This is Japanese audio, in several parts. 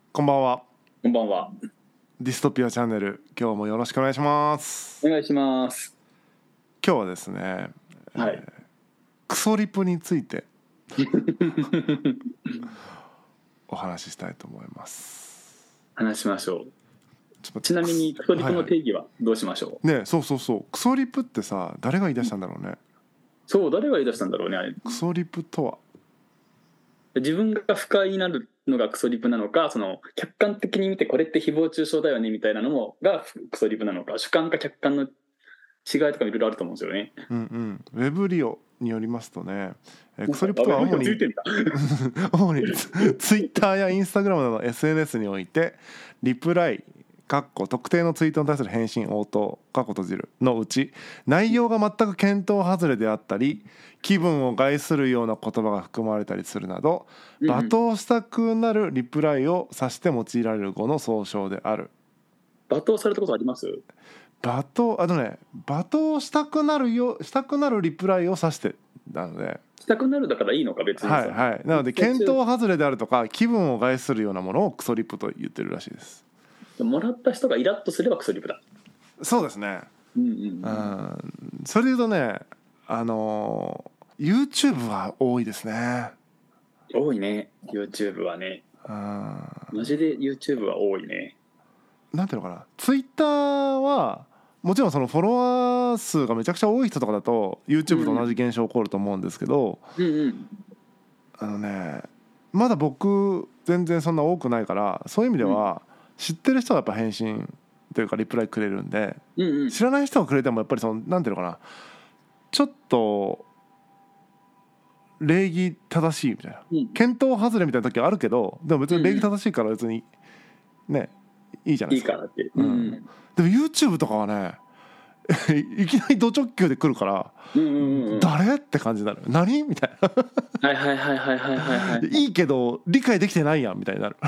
こんばんは。 こんばんは。 ディストピアチャンネル、今日もよろしくお願いします。 お願いします。 今日はですね、 はい。 クソリプについてお話ししたいと思います。 話しましょちょっとう。ちなみにクソリプの定義、 義はどうしましょう。 ね、そうクソリプってさ、誰が言い出したんだろうね。 そう、誰が言い出したんだろうね、あれ。 クソリプとは。 自分が不快になるのがクソリプなのか、その客観的に見てこれって誹謗中傷だよねみたいなのもがクソリプなのか、主観か客観の違いとかいろいろあると思うんですよね。 ウェブリオによりますとね、クソリプとは主に主にツイッターやインスタグラムなどの SNS においてリプライ特定のツイートに対する返信応答閉じるのうち、内容が全く見当外れであったり気分を害するような言葉が含まれたりするなど、罵倒したくなるリプライを指して用いられる語の総称である。 罵倒されたことあります？ 罵倒したくなるリプライを指してなので、 したくなるだからいいのか別に。 はいはい、なので見当外れであるとか気分を害するようなものをクソリプと言ってるらしいです。 もらった人がイラッとすればクソリプだ。 そうですね。それで言うとね、YouTube は多いですね。 多いね。 YouTube はね、マジで YouTube は多いね。 なんていうのかな、Twitter はもちろんそのフォロワー数がめちゃくちゃ多い人とかだと YouTube と同じ現象起こると思うんですけど、まだ僕全然そんな多くないから、そういう意味では知ってる人はやっぱ返信というかリプライくれるんで、知らない人がくれてもやっぱりそのなんていうのかな、ちょっと礼儀正しいみたいな、見当外れみたいな時はあるけど、でも別に礼儀正しいから別にね、いいじゃないですか。 いいからって、 でも YouTube とかはねいきなりド直球で来るから、誰って感じになる。何みたいな。 いいけど理解できてないやんみたいになる。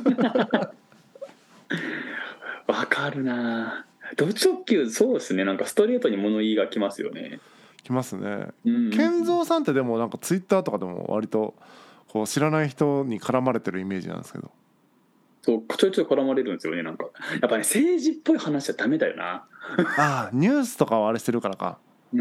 わかるな。ド直球、そうですね。なんかストレートに物言いがきますよね。 きますね。健三さんってでもなんかツイッターとかでも割とこう知らない人に絡まれてるイメージなんですけど。 そう、ちょいちょい絡まれるんですよね。なんかやっぱね、政治っぽい話はダメだよな。 ああ、ニュースとかはあれしてるからか。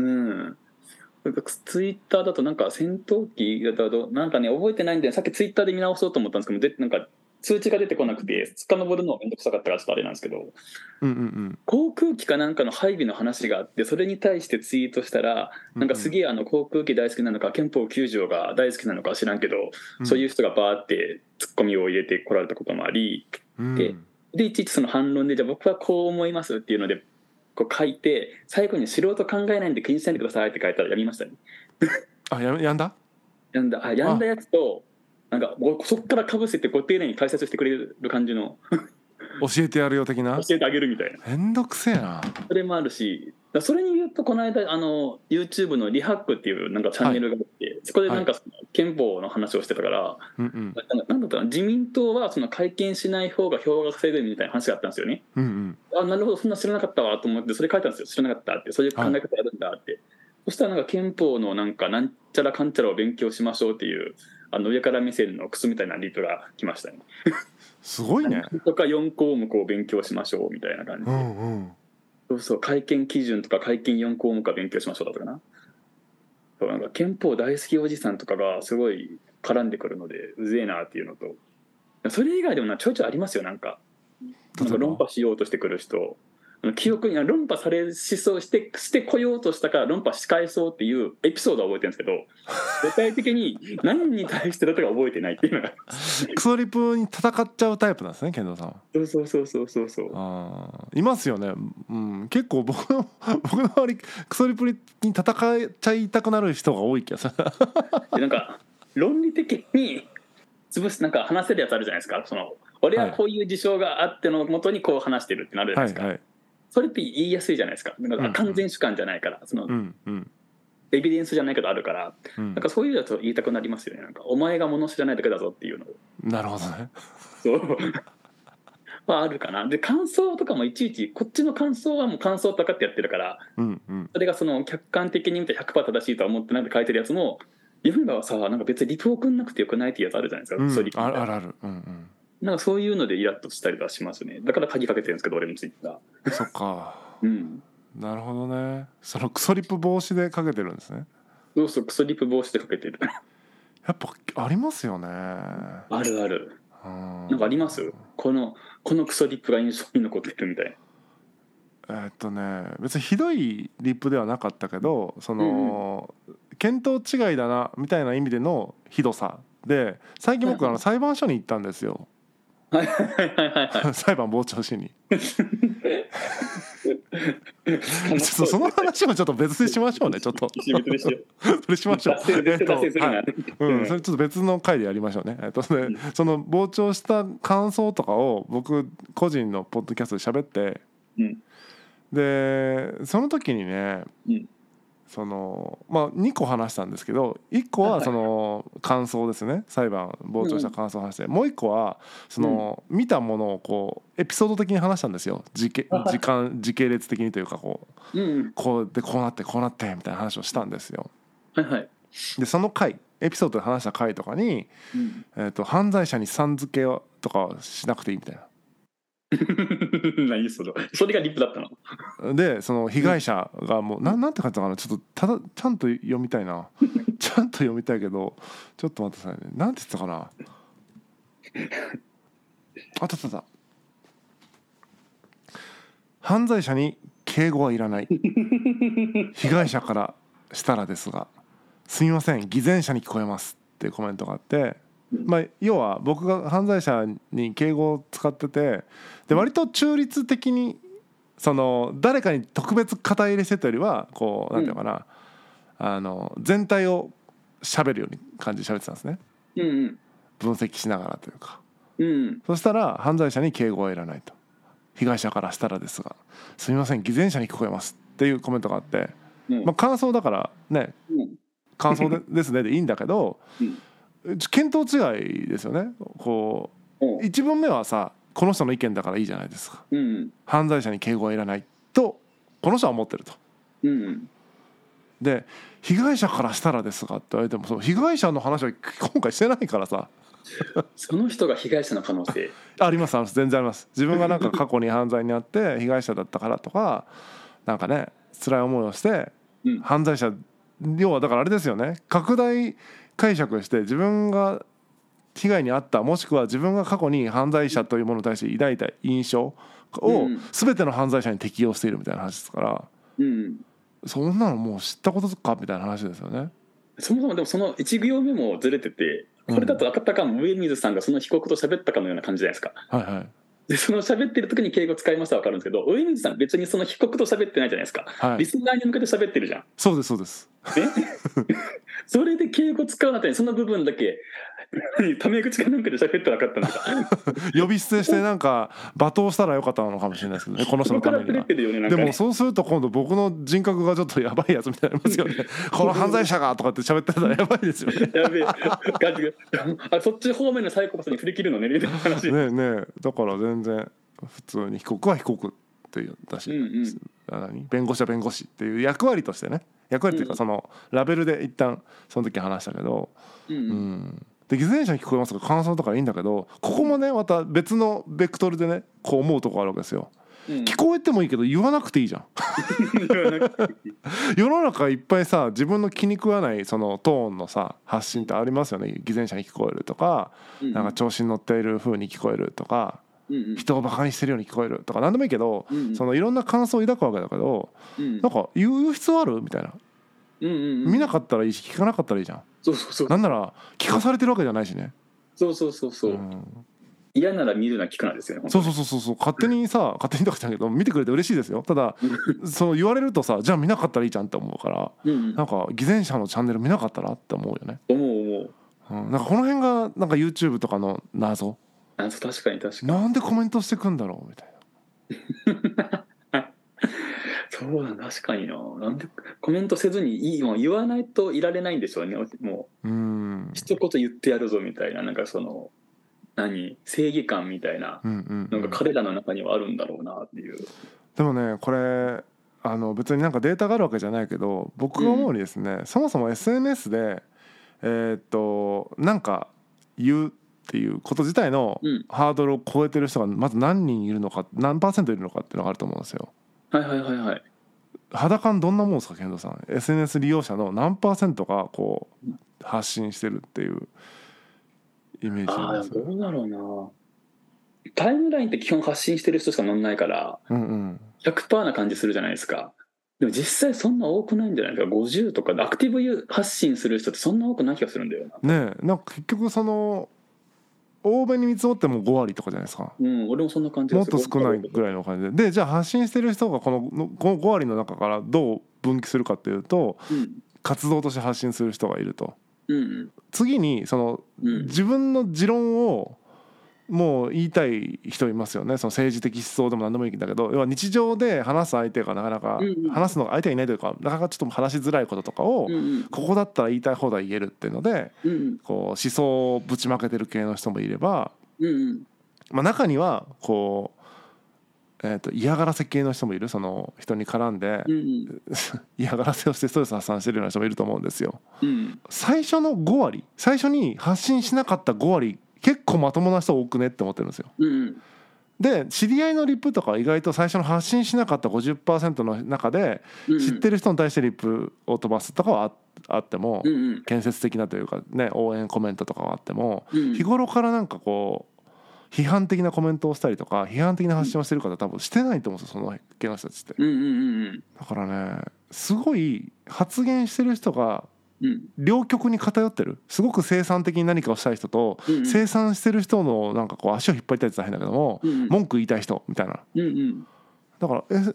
ツイッターだとなんか戦闘機だとなんかね、覚えてないんでさっきツイッターで見直そうと思ったんですけど、なんか通知が出てこなくて遡るのがめんどくさかったからちょっとあれなんですけど、航空機かなんかの配備の話があって、それに対してツイートしたら、なんかすげえ航空機大好きなのか憲法9条が大好きなのか知らんけど、そういう人がバーってツッコミを入れてこられたこともあり、でいちいちその反論で、じゃあ僕はこう思いますっていうのでこう書いて、最後に素人考えないんで気にしないでくださいって書いたらやりましたね。 やんだやんだやつと、なんかそっからかぶせて丁寧に解説してくれる感じの教えてやるよ的な、 教えてあげるみたいな、 めんどくせえな。 それもあるし、それに言うとこの間YouTube のリハックっていうなんかチャンネルがあって、そこでなんかその憲法の話をしてたから、なんだったかな、自民党はその会見しない方が票が稼げるみたいな話があったんですよね。なるほど、そんな知らなかったわと思ってそれ書いたんですよ。知らなかったって、そういう考え方あるんだって、そしたらなんか憲法のなんちゃらかんちゃらを勉強しましょうっていう上から目線のクソみたいなリプが来ましたね。 すごいね。 とか4項目を勉強しましょうみたいな感じで、そう会見基準とか会見4項目は勉強しましょうだったかな。そう、なんか憲法大好きおじさんとかがすごい絡んでくるのでうぜえなっていうのと、それ以外でもちょいちょいありますよ。なんか論破しようとしてくる人、記憶に論破されしそうしてこようとしたから論破し返そうっていうエピソードは覚えてるんですけど、具体的に何に対してだとか覚えてないっていうのがクソリプに戦っちゃうタイプなんですね、健三さんは。 そういますよね。結構僕の周りクソリプに戦っちゃいたくなる人が多い気がする。 なんか論理的に潰す、なんか話せるやつあるじゃないですか。俺はこういう事象があってのもとにこう話してるってなるじゃないですか。それって言いやすいじゃないですか。なんか完全主観じゃないから、エビデンスじゃないけどあるから、なんかそういうやつを言いたくなりますよね。なんかお前が物知らないだけだぞっていうのを。 なるほどね。 そうはあるかな。で感想とかもいちいちこっちの感想はもう感想とかってやってるから、それがその客観的に見て 100% 正しいとは思ってないで書いてるやつも、読めばさ、なんか別にリプ送んなくてよくないっていうやつあるじゃないですか。 ある。 なんかそういうのでイラッとしたりはしますね。だから鍵かけてるんですけど、俺もツイッター。 そっか。 うん。 なるほどね。そのクソリップ防止でかけてるんですね。 そうそう、クソリップ防止でかけてる。 やっぱありますよね。 あるある。なんかあります？このクソリップが印象に残ってるみたいな。別にひどいリップではなかったけど、その、見当違いだなみたいな意味でのひどさで、最近僕裁判所に行ったんですよ。裁判傍聴しに。その話もちょっと別にしましょうね。ちょっとそれしましょう。それちょっと別の回でやりましょうね。その傍聴した感想とかを僕個人のポッドキャストで喋って、でその時にね、2個話したんですけど、1個はその感想ですね、裁判傍聴した感想を話して、もう1個はその見たものをこうエピソード的に話したんですよ。時系列的にというかこうでこうなってこうなってみたいな話をしたんですよ。でその回エピソードで話した回とかに、犯罪者にさん付けとかしなくていいみたいな。 何それがリップだったので、その被害者がもうなんて書いてたかな、ちょっとちゃんと読みたいなちゃんと読みたいけどちょっと待ってくださいね。なんて言ってたかなあった。犯罪者に敬語はいらない被害者からしたらですがすみません偽善者に聞こえますっていうコメントがあって、要は僕が犯罪者に敬語を使ってて、で割と中立的にその誰かに特別肩入れしてたよりはこうなんていうのかな、全体を喋るように感じで喋ってたんですね。分析しながらというか。そしたら犯罪者に敬語はいらないと、被害者からしたらですがすみません偽善者に聞こえますっていうコメントがあって、感想だからね、感想ですねでいいんだけど、見当違いですよね。こう1文目はさこの人の意見だからいいじゃないですか、犯罪者に敬語はいらないとこの人は思ってると、で被害者からしたらですがって言われても、その被害者の話は今回してないからさその人が被害者の可能性あります全然あります。自分がなんか過去に犯罪にあって被害者だったからとかなんかね辛い思いをして、犯罪者要はだからあれですよね、拡大解釈して自分が被害に遭ったもしくは自分が過去に犯罪者というものに対して抱いた印象を全ての犯罪者に適用しているみたいな話ですから、そんなのもう知ったことかみたいな話ですよね。 そもそもでもその1行目もずれてて、これだとあたかも上水さんがその被告と喋ったかのような感じじゃないですか。でその喋ってる時に敬語使いましたら分かるんですけど、上水さん別にその被告と喋ってないじゃないですか、リスナーに向けて喋ってるじゃん。 そうですそれで敬語使うなってその部分だけタメ口かなんかで喋ってなかったんだ呼び捨てしてなんか罵倒したらよかったのかもしれないですけどね、この人のためには。でもそうすると今度僕の人格がちょっとやばいやつみたいになりますよねこの犯罪者がとかって喋ってたらやばいですよねやべえそっち方面のサイコパスに振り切るのねみたいな話ねだから全然普通に被告は被告っていうだし、弁護士は弁護士っていう役割としてね、役割というかそのラベルで一旦その時話したけど、で偽善者に聞こえますとか感想とかいいんだけど、ここもねまた別のベクトルでねこう思うとこあるわけですよ。聞こえてもいいけど言わなくていいじゃん世の中いっぱいさ自分の気に食わないそのトーンのさ発信ってありますよね。偽善者に聞こえるとか、なんか調子に乗っている風に聞こえるとか、人をバカにしてるように聞こえるとか何でもいいけど、そのいろんな感想を抱くわけだけど、なんか言う必要あるみたいな、見なかったらいいし聞かなかったらいいじゃん。なんなら聞かされてるわけじゃないしね。 嫌なら見るな聞くなですよね。 そう勝手にとか言ったけど見てくれて嬉しいですよ。ただそう言われるとさじゃあ見なかったらいいじゃんって思うから、なんか偽善者のチャンネル見なかったらって思うよね。なんかこの辺がなんか YouTube とかの謎。 確かになんでコメントしてくんだろうみたいなそうだ確かにな。なんでコメントせずにもう言わないといられないんでしょうね。もう一言言ってやるぞみたいな、なんかその正義感みたいなのが彼らの中にはあるんだろうなっていう。 でもねこれ別になんかデータがあるわけじゃないけど僕が思うにですね、そもそも SNS でなんか言うっていうこと自体のハードルを超えてる人がまず何人いるのか、何パーセントいるのかっていうのがあると思うんですよ。 はいはいはいはい。 肌感どんなもんですか、健三さん。 SNS 利用者の何パーセントがこう発信してるっていうイメージなんですよ。 どうだろうな。タイムラインって基本発信してる人しか載んないから、100% な感じするじゃないですか。でも実際そんな多くないんじゃないですか。50とかでアクティブ発信する人ってそんな多くない気がするんだよな。ねえ、なんか結局その欧米に見積もっても5割とかじゃないですか。 俺もそんな感じがする。 もっと少ないぐらいの感じで、じゃあ発信してる人がこの5割の中からどう分岐するかっていうと、活動として発信する人がいると、次にその、自分の持論をもう言いたい人いますよね。その政治的思想でも何でもいいんだけど、要は日常で話す相手がなかなか、話すのが相手がいないというか、なかなかちょっと話しづらいこととかを、ここだったら言いたい放題言えるっていうので、こう思想をぶちまけてる系の人もいれば、中にはこう、嫌がらせ系の人もいる。その人に絡んで、嫌がらせをしてストレス発散してるような人もいると思うんですよ。最初の5割、最初に発信しなかった5割、結構まともな人多くねって思ってるんですよ。で知り合いのリップとかは意外と最初の発信しなかった 50% の中で、知ってる人に対してリップを飛ばすとかはあっても、建設的なというかね、応援コメントとかはあっても、日頃からなんかこう批判的なコメントをしたりとか批判的な発信をしてる方多分してないと思うんですよ、その系の人たちって。だからね、すごい発言してる人が両極に偏ってる。すごく生産的に何かをしたい人と、生産してる人のなんかこう足を引っ張りたいって大変だけども、文句言いたい人みたいな。だから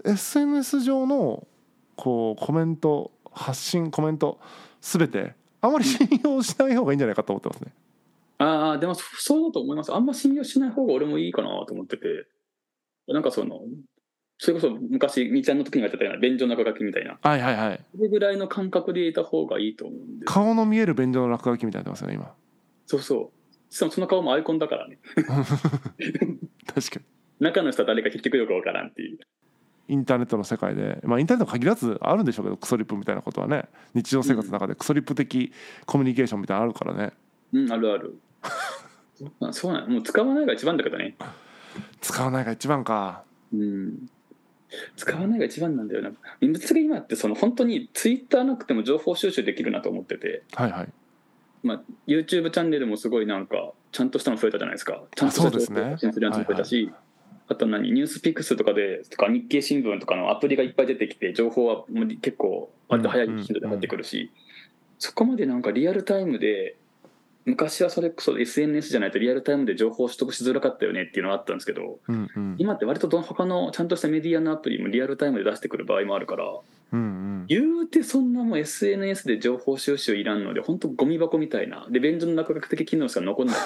、SNS 上のこうコメント発信、コメント全てあまり信用しない方がいいんじゃないかと思ってますね。 でもそうだと思います。あんま信用しない方が俺もいいかなと思ってて、なんかそれこそ昔みちゃんの時にやってたような便所の落書きみたいな、それぐらいの感覚でいた方がいいと思うんで。 顔の見える便所の落書きみたいになってますよね今。 そうそう。しかもその顔もアイコンだからね。 確かに。 中の人は誰か結局よくわからんっていう。 インターネットの世界で、インターネットに限らずあるんでしょうけど、クソリップみたいなことはね、日常生活の中でクソリップ的コミュニケーションみたいなのあるからね。 あるある。そうなん、もう使わないが一番だけどね。 使わないが一番か。 使わないが一番なんだよな。ぶっつけ今って本当にツイッターなくても情報収集できるなと思ってて、YouTube チャンネルもすごいなんかちゃんとしたの増えたじゃないですか。ちゃんとした情報を発信するやつも増えたし、あとニュースピックスとか日経新聞とかのアプリがいっぱい出てきて、情報はもう結構割と早い頻度で入ってくるし、そこまでなんかリアルタイムで、昔はそれこそ SNS じゃないとリアルタイムで情報を取得しづらかったよねっていうのがあったんですけど、今って割と他のちゃんとしたメディアのアプリもリアルタイムで出してくる場合もあるから、言うてそんなもん SNS で情報収集いらんので、本当ゴミ箱みたいなで便所の落書き的機能しか残んない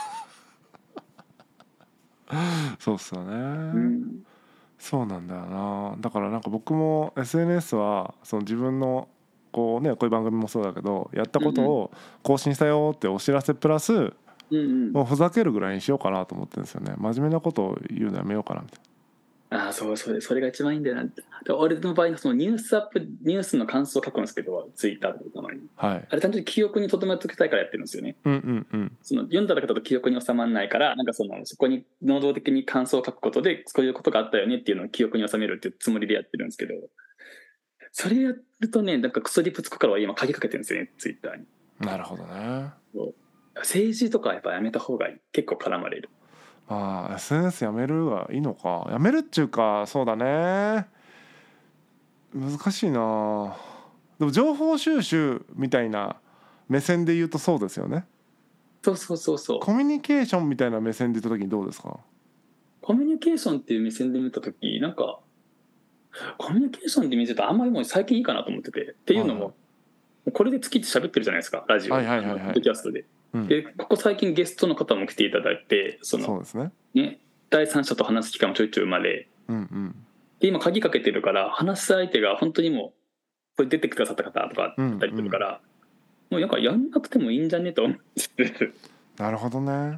そうっすよね、そうなんだよな。だからなんか僕も SNS は自分のこういう番組もそうだけど、やったことを更新したよってお知らせプラス、もうふざけるぐらいにしようかなと思ってるんですよね。真面目なことを言うのやめようかなみたいな。 それが一番いいんだよな。俺の場合ニュースの感想を書くんですけど、ツイッターとかたまに、あれ単純に記憶に留めておきたいからやってるんですよね。読んだだけだと記憶に収まらないから、なんかそこに能動的に感想を書くことで、そういうことがあったよねっていうのを記憶に収めるっていうつもりでやってるんですけど、それやるとね、なんかクソリプつくからは今鍵かけてるんですよね、ツイッターに。 なるほどね。 政治とかはやっぱやめた方がいい。結構絡まれる。 SNS やめるがいいのか。やめるっちゅうか、そうだね、難しいな。でも情報収集みたいな目線で言うとそうですよね。 そうコミュニケーションみたいな目線で言った時にどうですか。 コミュニケーションっていう目線で見た時、なんかコミュニケーションで見てたらあんまりもう最近いいかなと思ってて、っていうのも、これで月って喋ってるじゃないですか、ラジオ、ポッドキャストで。でここ最近ゲストの方も来ていただいて、 そうですね、 第三者と話す機会もちょいちょい生まれ、で今鍵かけてるから話す相手が本当にもうこれ出てくださった方とかだったりするから、もうなんかやんなくてもいいんじゃねと思ってる。 なるほどね。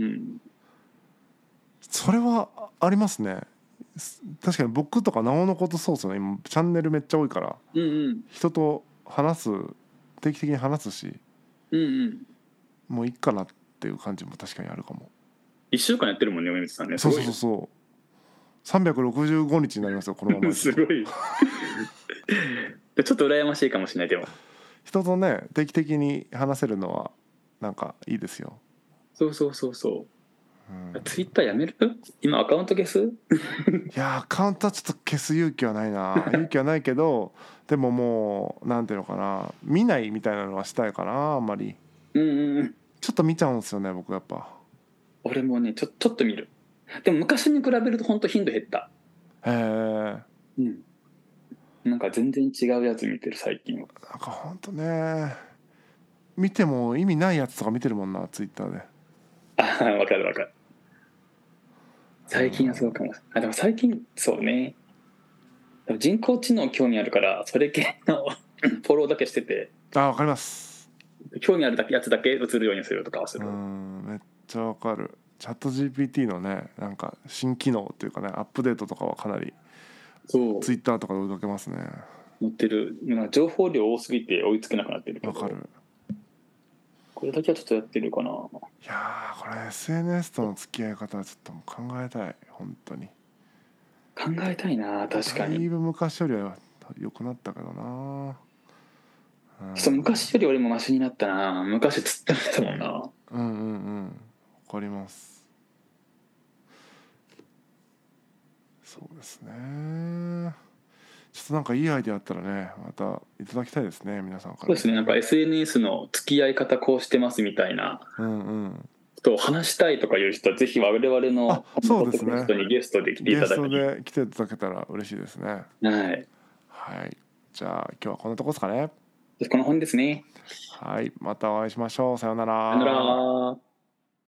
それはありますね。確かに僕とかなおのことそうですよね。今チャンネルめっちゃ多いから、人と定期的に話すし、もういいかなっっていう感じも確かにあるかも。 1週間やってるもんね、梅光さんね。 そうそうそうそう、365日になりますよこのまま。 すごいちょっと羨ましいかもしれない。でも人とね定期的に話せるのはなんかいいですよ。 そうそうそうそう、ツイッターやめる？今アカウント消す？いやアカウントはちょっと消す勇気はないな勇気はないけどでももうなんていうのかな、見ないみたいなのはしたいかな。あんまりちょっと見ちゃうんですよね僕やっぱ。 俺もねちょっと見る。でも昔に比べると本当頻度減った。 へえ。 なんか全然違うやつ見てる最近は。 なんかほんとね、見ても意味ないやつとか見てるもんなツイッターで。 ああ分かる分かる。最近はそうかも。でも最近そうね、人工知能興味あるからそれ系のフォローだけしてて。 分かります。 興味あるやつだけ映るようにするとかはする。 めっちゃ分かる。チャット GPT のねなんか新機能っていうかねアップデートとかはかなりそうツイッターとかで追いかけますね。 載ってる。情報量多すぎて追いつけなくなってるけど。 分かる。 これだけはちょっとやってるかな。いやこれ SNS との付き合い方はちょっともう考えたい。本当に考えたいな。確かにだいぶ昔よりは良くなったけどな。 昔より俺もマシになったな。昔つってましたもんな。 分かります。そうですね。ちょっとなんかいいアイデアあったらねまたいただきたいですね皆さんから。 そうですね。なんか SNS の付き合い方こうしてますみたいなことを話したいとかいう人はぜひ我々のポッドキャストにゲストで来ていただき、 ゲストで来ていただけたら嬉しいですね。はい、じゃあ今日はこんなとこですかね。 この本ですね。 はい、またお会いしましょう。さようなら。 さようなら。